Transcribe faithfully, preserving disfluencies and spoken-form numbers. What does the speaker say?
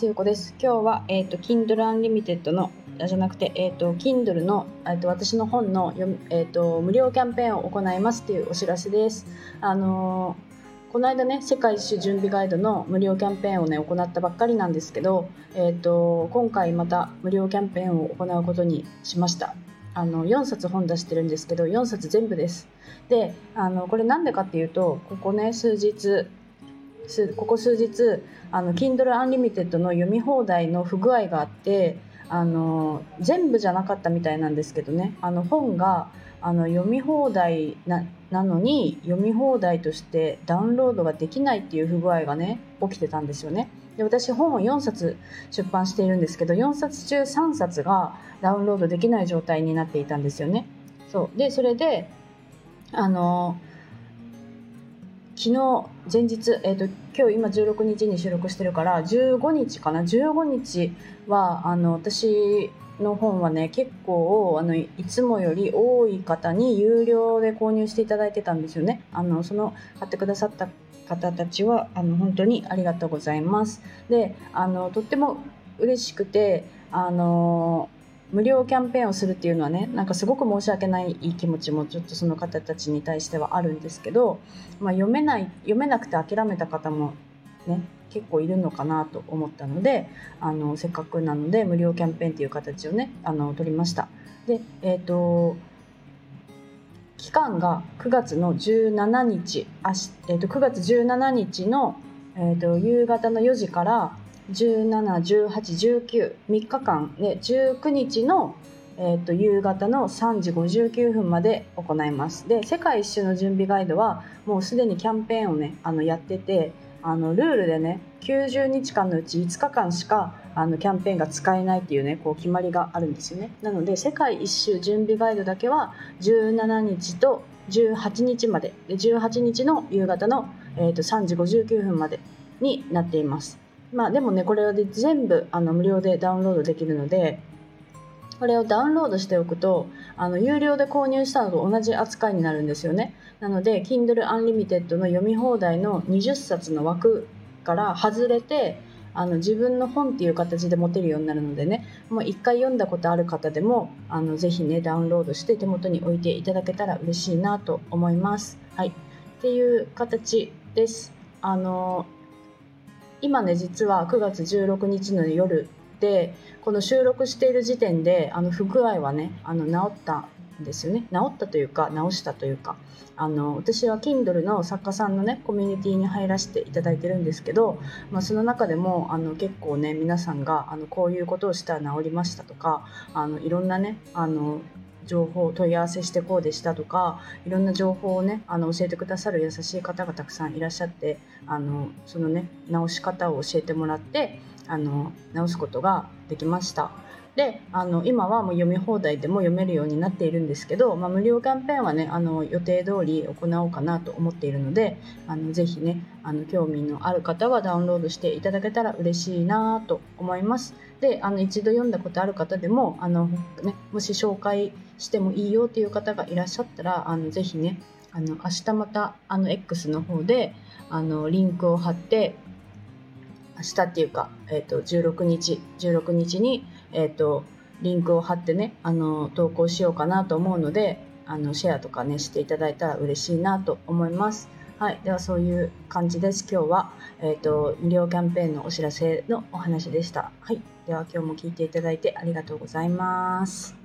ゆうこです。今日は、えーと、Kindle Unlimited のじゃなくて、えーと、Kindle の、えーと、私の本の読み、えーと、無料キャンペーンを行いますというお知らせです。あのー、この間ね、世界一周準備ガイドの無料キャンペーンをね、行ったばっかりなんですけど、えーと、今回また無料キャンペーンを行うことにしました。あのよんさつ本出してるんですけど、よんさつ全部です。で、あのこれなんでかっていうと、ここね、数日ここ数日あの Kindle Unlimited の読み放題の不具合があって、あの全部じゃなかったみたいなんですけどね、あの本があの読み放題 な, なのに読み放題としてダウンロードができないっていう不具合がね起きてたんですよね。で、私本をよんさつ出版しているんですけど、よんさつ中さんさつがダウンロードできない状態になっていたんですよね。そうで、それであの昨日前日、えーと、今日今じゅうろくにちに収録してるからじゅうごにちかなじゅうごにちはあの私の本はね結構あのいつもより多い方に有料で購入していただいてたんですよね。あのその買ってくださった方たちはあの本当にありがとうございます。で、あのとっても嬉しくて、あの無料キャンペーンをするっていうのはね、なんかすごく申し訳ない気持ちもちょっとその方たちに対してはあるんですけど、まあ、読めない読めなくて諦めた方もね結構いるのかなと思ったので、あのせっかくなので無料キャンペーンという形をねあの取りました。で、えっと期間がくがつのじゅうしちにち、あし、えー、とくがつじゅうしちにちの、えー、と夕方のよじからじゅうしち、じゅうはち、じゅうく、みっかかんでじゅうくにちの、えー、と夕方のさんじごじゅうきゅうふんまで行います。で、世界一周の準備ガイドはもうすでにキャンペーンをねあのやってて、あのルールでねきゅうじゅうにちかんのうちいつかかんしかあのキャンペーンが使えないっていうねこう決まりがあるんですよね。なので世界一周準備ガイドだけはじゅうしちにちとじゅうはちにちまででじゅうはちにちの夕方の、えー、とさんじごじゅうきゅうふんまでになっています。まあでもね、これで全部あの無料でダウンロードできるので、これをダウンロードしておくとあの有料で購入したのと同じ扱いになるんですよね。なので Kindle Unlimited の読み放題のにじゅっさつの枠から外れて、あの自分の本っていう形で持てるようになるのでね、もう一回読んだことある方でもあのぜひねダウンロードして手元に置いていただけたら嬉しいなと思います。はい、っていう形です。あの今ね実はくがつじゅうろくにちの夜で、この収録している時点であの不具合はねあの治ったんですよね。治ったというか直したというか、あの私は Kindle の作家さんのねコミュニティに入らせていただいてるんですけど、まあ、その中でもあの結構ね皆さんがあのこういうことをしたら治りましたとか、あのいろんなねあの情報問い合わせしてこうでしたとか、いろんな情報をねあの教えてくださる優しい方がたくさんいらっしゃって、あのそのね直し方を教えてもらってあの直すことができました。で、あの今はもう読み放題でも読めるようになっているんですけど、まあ、無料キャンペーンはねあの予定通り行おうかなと思っているので、あのぜひねあの興味のある方はダウンロードしていただけたら嬉しいなと思います。で、あの一度読んだことある方でもあの、ね、もし紹介してもいいよという方がいらっしゃったら、あのぜひねあの明日またあの X の方であのリンクを貼って、明日っていうか、えー、とじゅうろくにちじゅうろくにちに、えー、とリンクを貼ってねあの投稿しようかなと思うので、あのシェアとかねしていただいたら嬉しいなと思います。はい、ではそういう感じです。今日は、えー、と無料キャンペーンのお知らせのお話でした。はい、では今日も聞いていただいてありがとうございます。